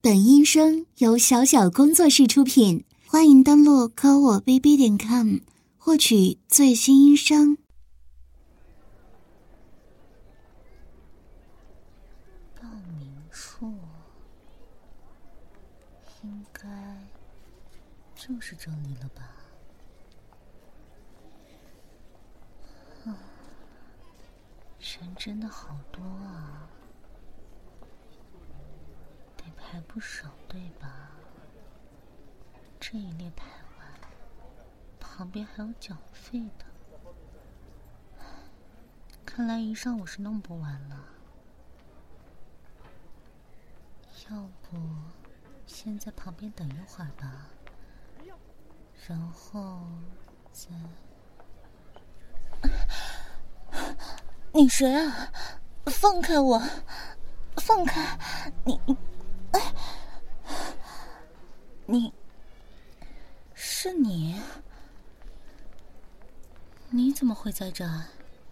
本音声由小小工作室出品，欢迎登录科我 bb.com 获取最新音声。 报名处应该就是这里了吧？人真的好多啊，得排不少队吧？这一列排完，旁边还有缴费的，看来一上午是弄不完了。要不先在旁边等一会儿吧，然后再……你谁啊？放开我！放开！你是你？你怎么会在这儿？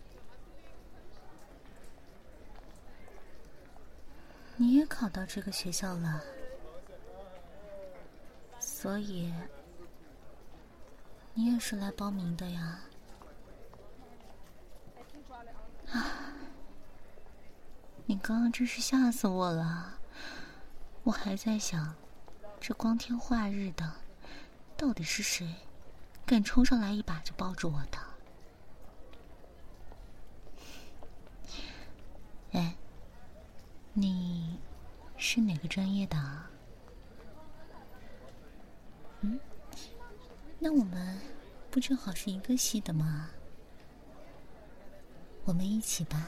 你也考到这个学校了，所以你也是来报名的呀？你刚刚真是吓死我了，我还在想，这光天化日的，到底是谁敢冲上来一把就抱住我的？哎，你是哪个专业的啊？那我们不正好是一个系的吗？我们一起吧。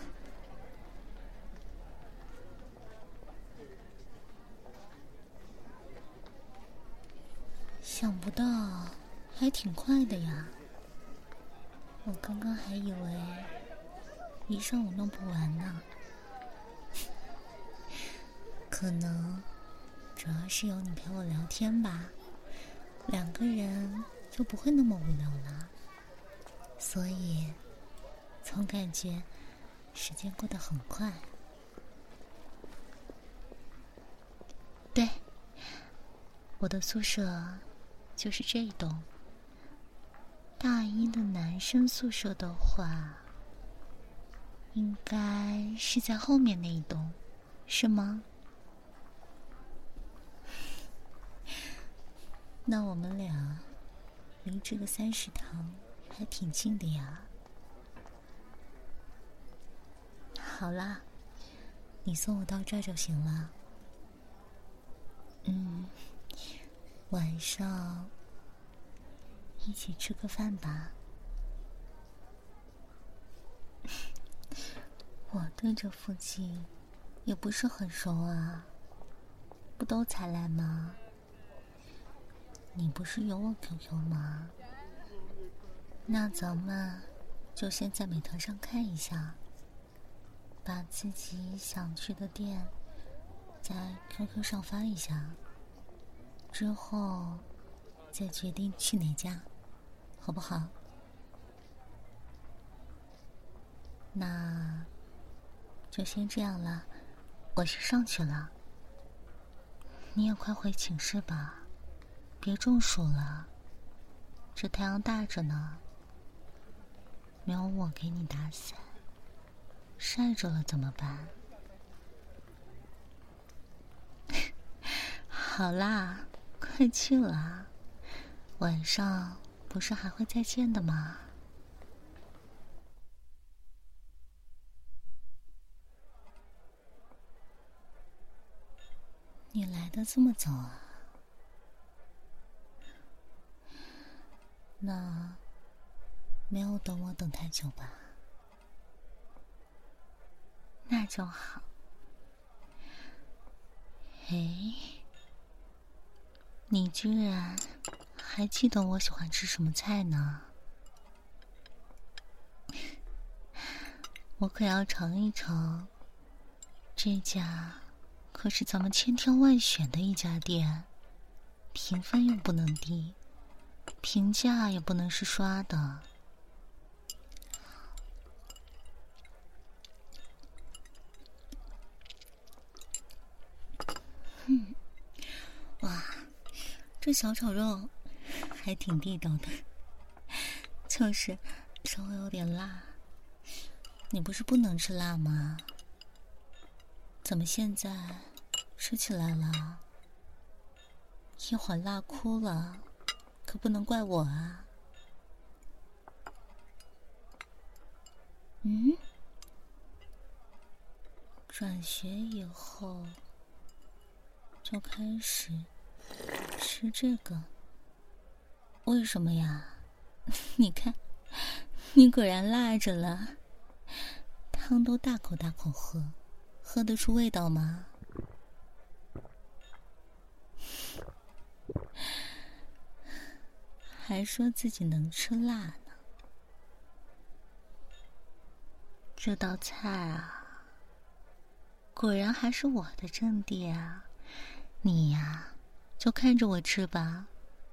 想不到还挺快的呀，我刚刚还以为一上午弄不完呢。可能主要是有你陪我聊天吧，两个人就不会那么无聊了，所以总感觉时间过得很快。对，我的宿舍就是这一栋。大一的男生宿舍的话，应该是在后面那一栋，是吗？那我们俩离这个30堂还挺近的呀。好啦，你送我到这儿就行了。晚上一起吃个饭吧。我对这附近也不是很熟啊，不都才来吗？你不是有我 QQ 吗？那咱们就先在美团上看一下，把自己想去的店在 QQ 上发一下，之后再决定去哪家，好不好？那就先这样了，我先上去了。你也快回寝室吧，别中暑了，这太阳大着呢，没有我给你打伞，晒着了怎么办？好啦，快去了，晚上不是还会再见的吗？你来的这么早啊？那没有等我等太久吧？那就好。诶，你居然还记得我喜欢吃什么菜呢？我可要尝一尝，这家可是咱们千挑万选的一家店，评分又不能低，评价也不能是刷的。 这小炒肉还挺地道的，就是稍微有点辣。你不是不能吃辣吗？怎么现在吃起来了？一会儿辣哭了，可不能怪我啊。转学以后就开始吃这个，为什么呀？你看，你果然辣着了，汤都大口大口喝，喝得出味道吗？还说自己能吃辣呢。这道菜啊，果然还是我的阵地啊！你呀，就看着我吃吧。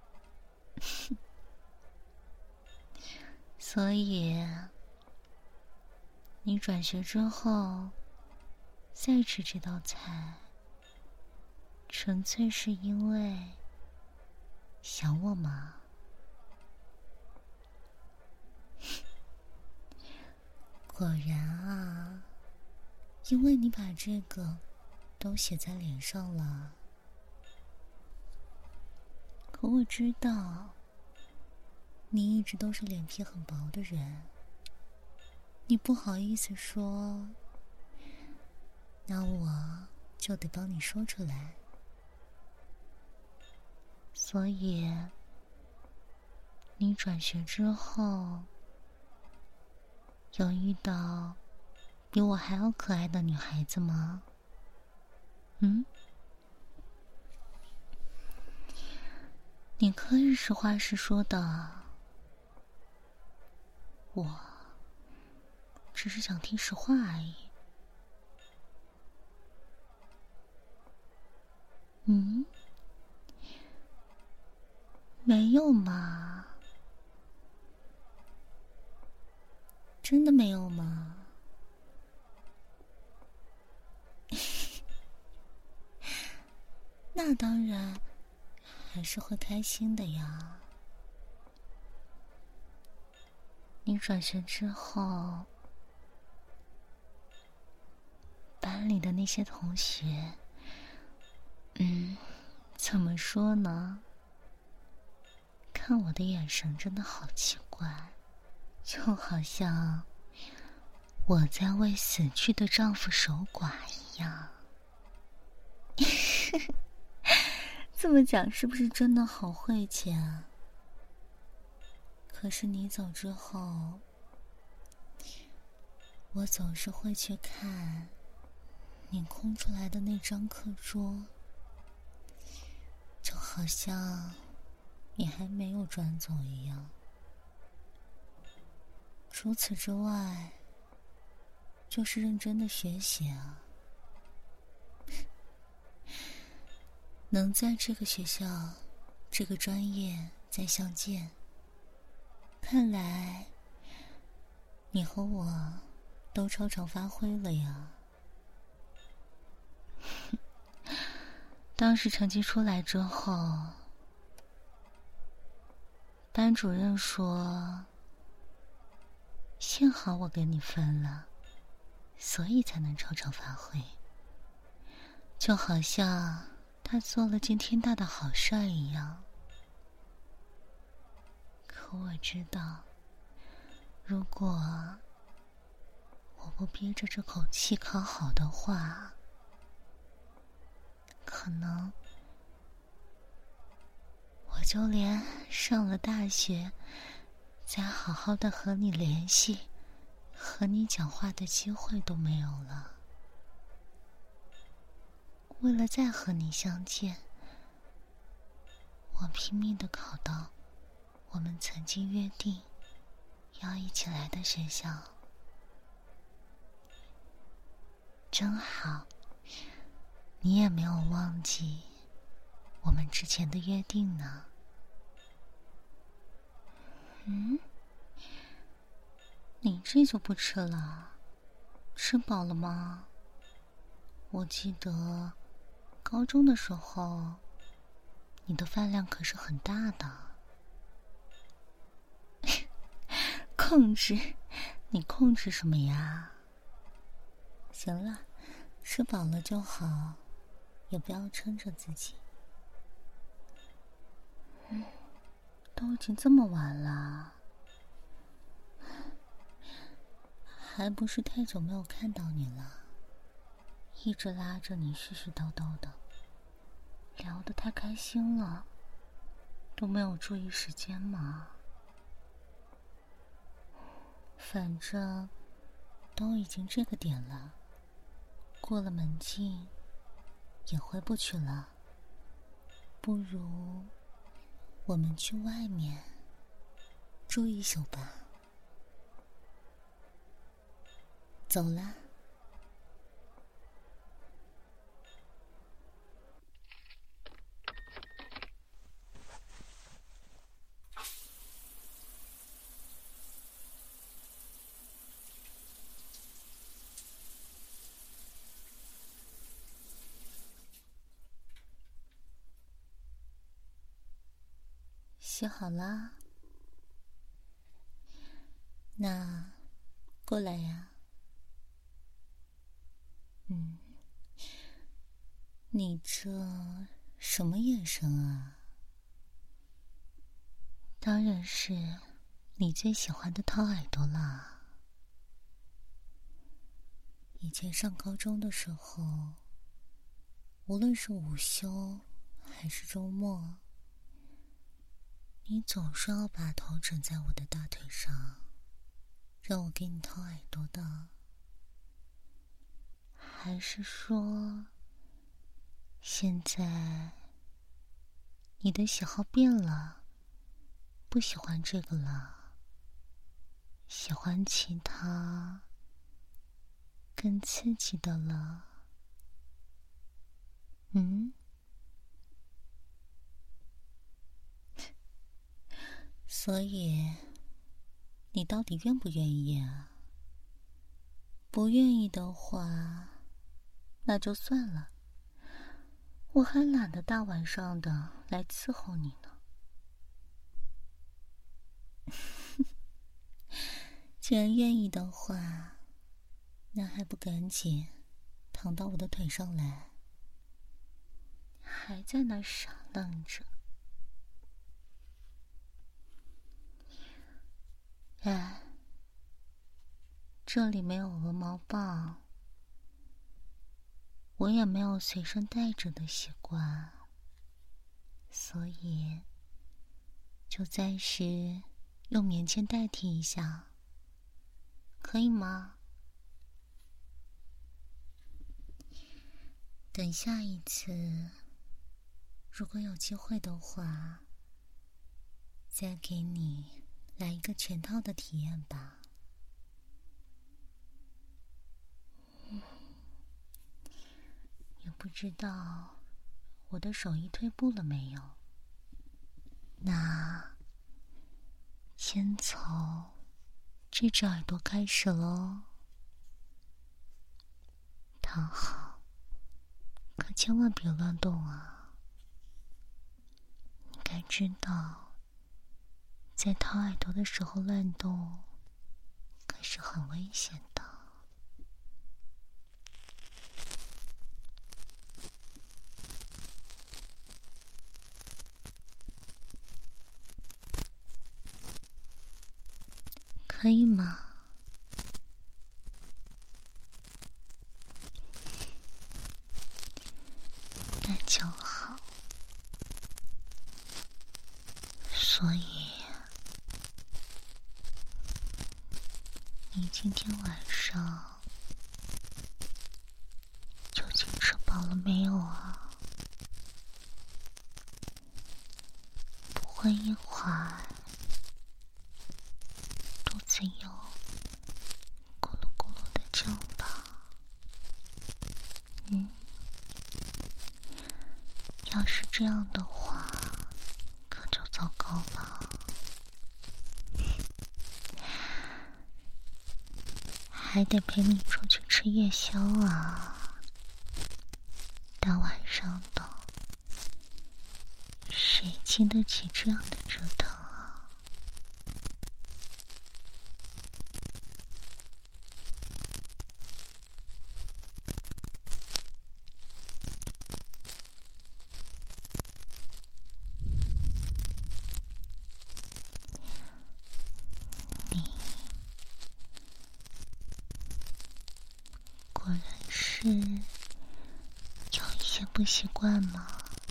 所以，你转学之后再吃这道菜，纯粹是因为想我吗？果然啊，因为你把这个都写在脸上了。可我知道，你一直都是脸皮很薄的人，你不好意思说，那我就得帮你说出来。所以，你转学之后，有遇到比我还要可爱的女孩子吗？你可以实话实说的，我只是想听实话而已。没有嘛？真的没有吗？那当然还是会开心的呀。你转学之后，班里的那些同学，怎么说呢？看我的眼神真的好奇怪，就好像我在为死去的丈夫守寡一样。这么讲是不是真的好晦气啊？可是你走之后，我总是会去看你空出来的那张课桌，就好像你还没有转走一样。除此之外，就是认真的学习啊。能在这个学校、这个专业再相见，看来你和我都超常发挥了呀。当时成绩出来之后，班主任说，幸好我跟你分了，所以才能超常发挥，就好像他做了件天大的好事儿一样。可我知道，如果我不憋着这口气考好的话，可能我就连上了大学再好好的和你联系、和你讲话的机会都没有了。为了再和你相见，我拼命的考到我们曾经约定要一起来的学校。真好，你也没有忘记我们之前的约定呢。你这就不吃了？吃饱了吗？我记得高中的时候你的饭量可是很大的。控制？你控制什么呀？行了，吃饱了就好，也不要撑着自己。都已经这么晚了，还不是太久没有看到你了，一直拉着你絮絮叨叨的，聊得太开心了，都没有注意时间嘛。反正都已经这个点了，过了门禁也回不去了，不如我们去外面住一宿吧。走啦。洗好啦，那过来呀。你这什么眼神啊？当然是你最喜欢的掏耳朵啦。以前上高中的时候，无论是午休还是周末，你总是要把头枕在我的大腿上，让我给你掏耳朵的。还是说现在你的喜好变了，不喜欢这个了，喜欢其他更刺激的了？所以你到底愿不愿意啊？不愿意的话，那就算了，我还懒得大晚上的来伺候你呢。既然愿意的话，那还不赶紧躺到我的腿上来？还在那傻愣着。哎，这里没有鹅毛棒，我也没有随身带着的习惯，所以就暂时用棉签代替一下，可以吗？等下一次如果有机会的话，再给你来一个全套的体验吧。也不知道我的手艺退步了没有，那先从这只耳朵开始咯。躺好，可千万别乱动啊！你该知道，在掏耳朵的时候乱动可是很危险的。可以吗？那就好。所以你今天晚上究竟吃饱了没有啊？不会一会儿肚子又咕噜咕噜的叫吧？要是这样的话，可就糟糕了。还得陪你出去吃夜宵啊！大晚上的， 经得起这样的折腾啊？你果然是有一些不习惯吗？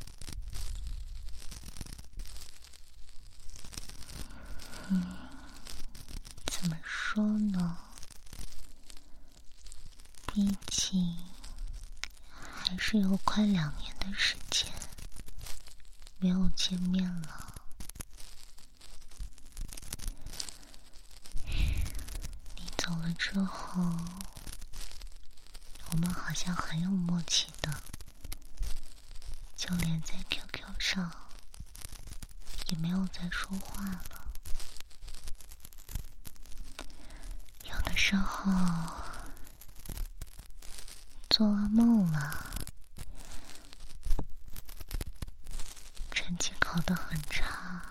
怎么说呢？毕竟还是有快2年的时间没有见面了。你走了之后，我们好像很有默契的，就连在 QQ 上也没有再说话了。有的时候做噩梦了，成绩考得很差，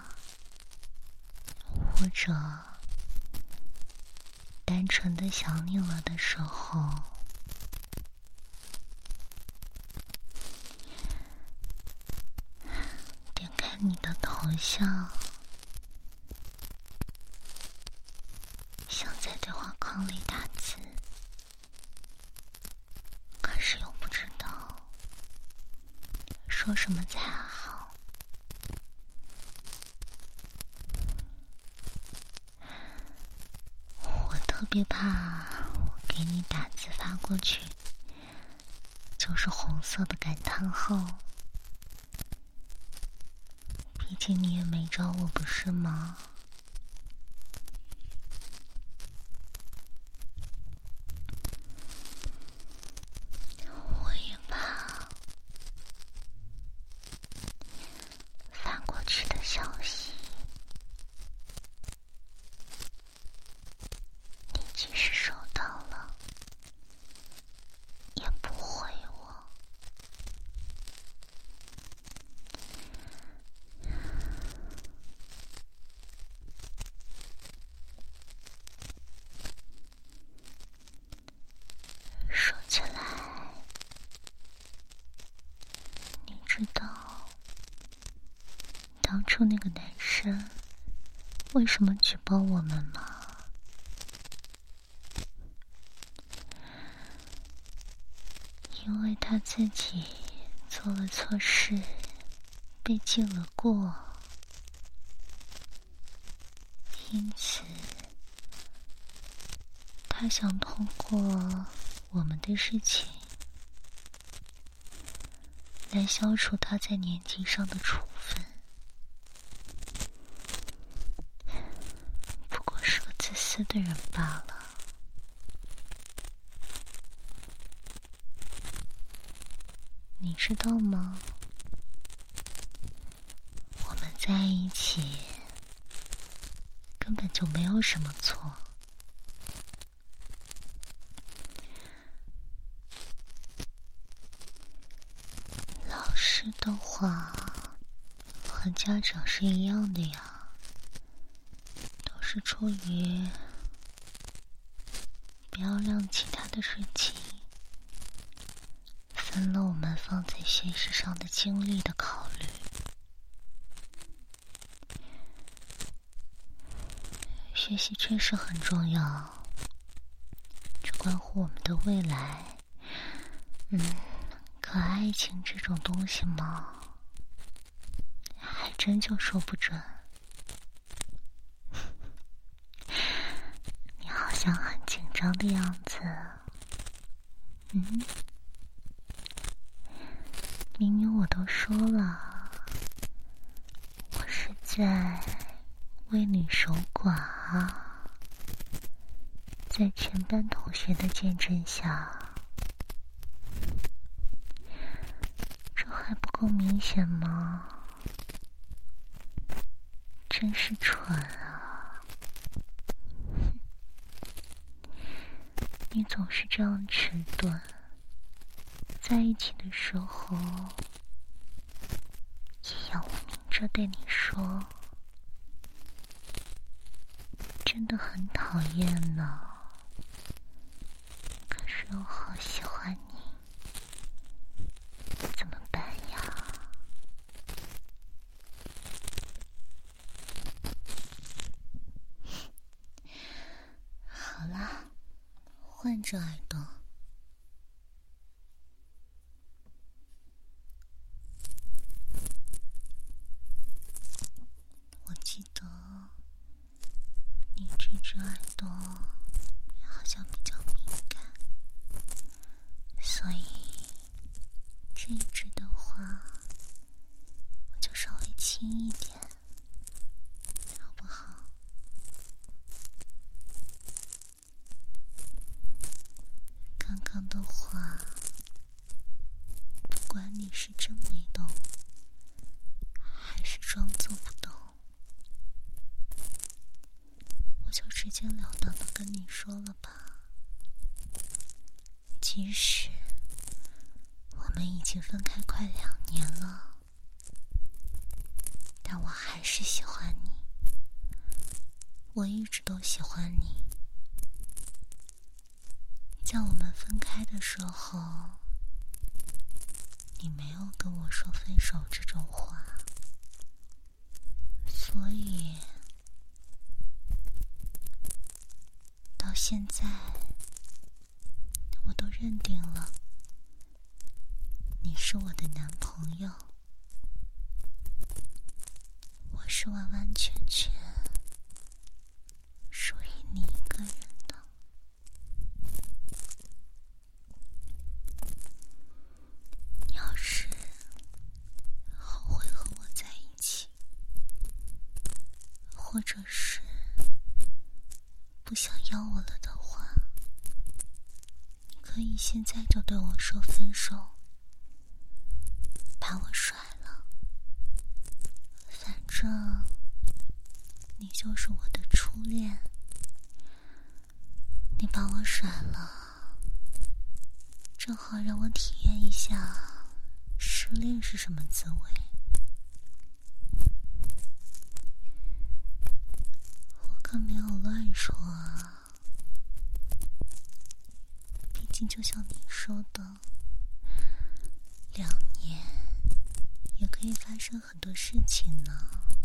或者单纯的想你了的时候，点开你的头像，想在对话框里打字，可是又不知道说什么才好。我特别怕我给你打字发过去就是红色的感叹号，毕竟你也没找我不是吗？我也怕发过去的消息你即使收到了也不回我。说起来，你知道当初那个男生为什么举报我们吗？因为他自己做了错事，被记了过，因此他想通过我们的事情来消除他在年纪上的处分。不过是个自私的人罢了。你知道吗？我们在一起根本就没有什么错。老师的话和家长是一样的呀，都是出于不要让其他的事情分了我们放在学习上的精力的考虑。学习确实很重要，这关乎我们的未来。可爱情这种东西嘛，还真就说不准。你好像很紧张的样子。明明我都说了，我是在为你守寡啊，在全班同学的见证下，这还不够明显吗？真是蠢啊！你总是这样迟钝，在一起的时候也要我明着着对你说，真的很讨厌呢，可是又好喜欢你，怎么办呀？好啦，换只耳朵。我记得你这只耳朵好像比较敏感，所以这一只的话，我就稍微轻一点，好不好？刚刚的话，不管你是真没动，还是装作不动，我就直截了当的跟你说了吧。即使我们已经分开快2年了，但我还是喜欢你，我一直都喜欢你。在我们分开的时候，你没有跟我说分手这种话，所以到现在我都认定了你是我的男朋友，我是完完全全属于你一个人的。你要是后悔和我在一起，或者是不想要我了的话，你可以现在就对我说分手，把我甩了，反正你就是我的初恋，你把我甩了，正好让我体验一下失恋是什么滋味。我可没有乱说啊，毕竟就像你说的，2年也可以发生很多事情呢。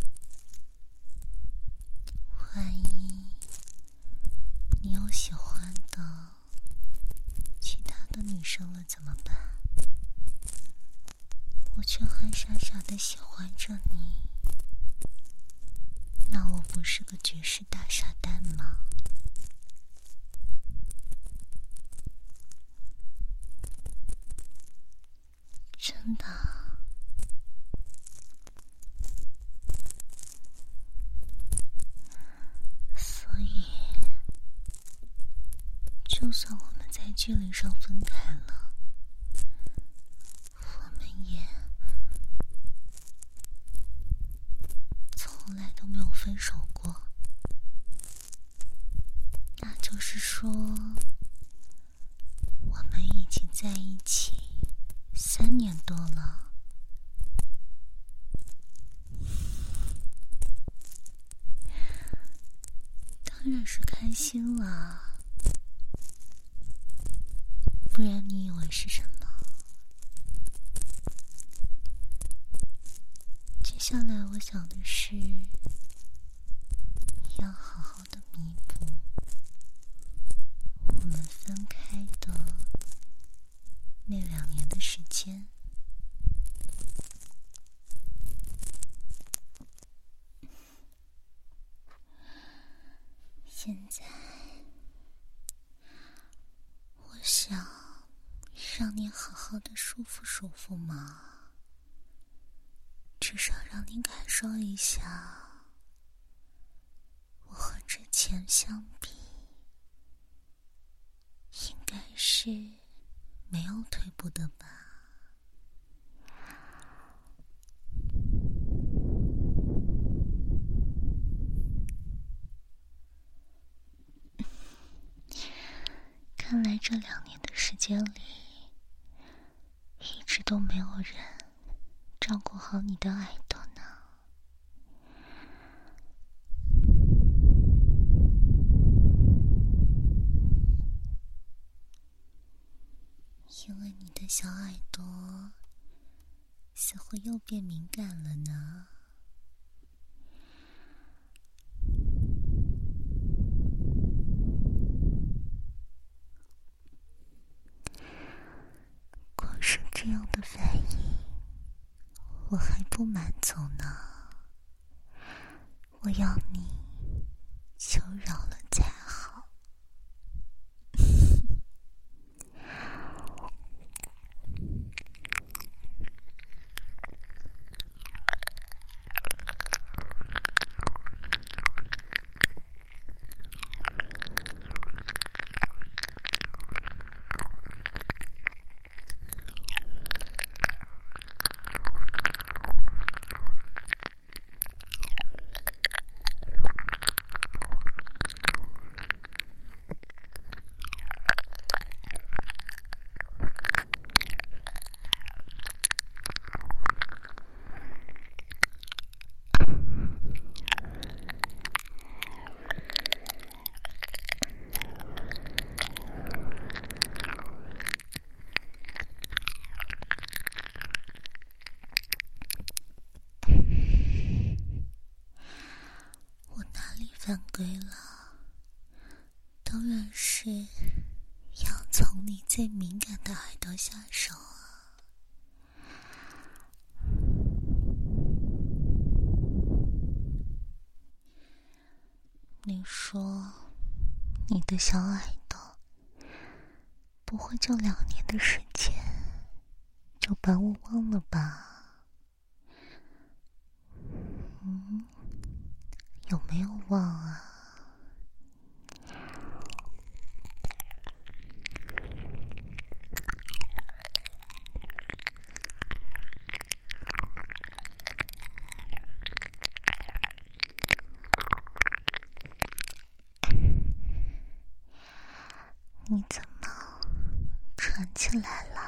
万一你有喜欢的其他的女生了怎么办？我却还傻傻的喜欢着你，那我不是个绝世大傻蛋吗？真的。所以就算我们在距离上分开了，我们也从来都没有分手过。那就是说，我们已经在一起3年多了。当然是开心了，不然你以为是什么？接下来我想的是，要好好的弥补我们分开的那2年的时间。现在我想让你好好的舒服舒服嘛，至少让你感受一下我和之前相比，应该是没有退步的吧。看来这2年的时间里，一直都没有人照顾好你的耳朵呢。 的小耳朵似乎又变敏感了呢。光是这样的反应，我还不满足呢。我要你求饶了才好。犯规了，当然是要从你最敏感的耳朵下手啊。你说你的小耳朵不会就2年的时间就把我忘了吧？有没有忘啊？你怎么喘起来了？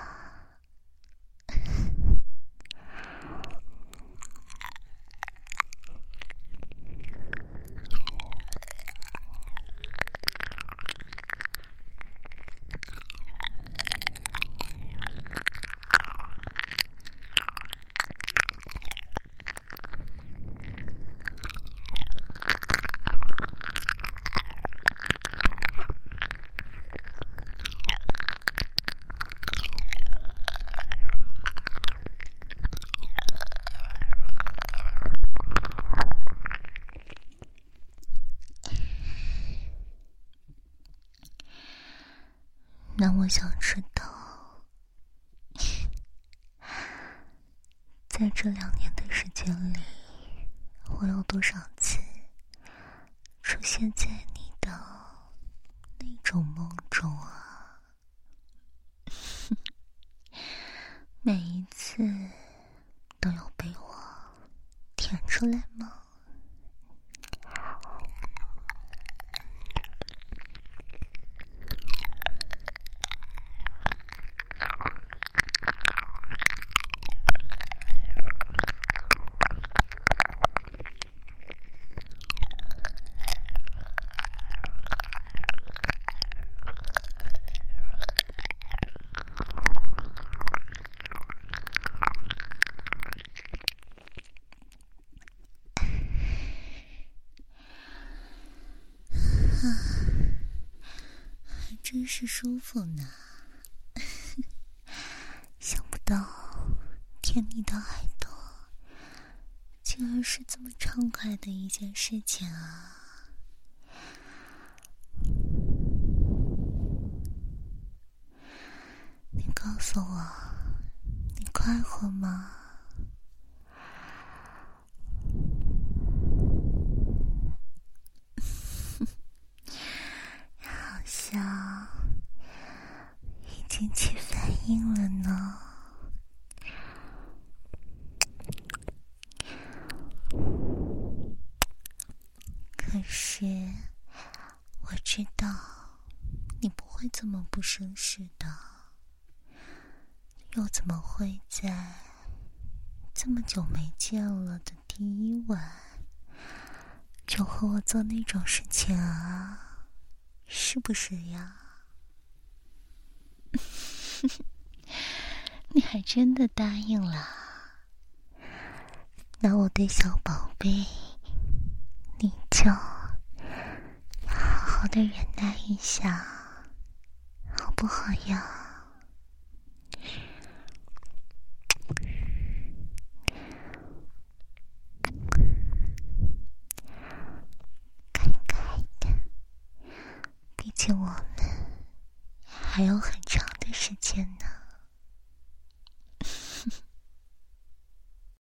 那我想知道，在这2年的时间里，我有多少次出现在你的那种梦中啊？每一次都有被我舔出来吗？真是舒服呢。想不到舔你的耳朵竟然是这么畅快的一件事情啊。你告诉我，你快活吗？好像已经起反应了呢。可是我知道你不会这么不绅士的，又怎么会在这么久没见了的第1晚就和我做那种事情啊？是不是呀？ 你还真的答应了。那我对小宝贝，你就好好的忍耐一下，好不好呀？该的，毕竟我们还有很长的时间呢。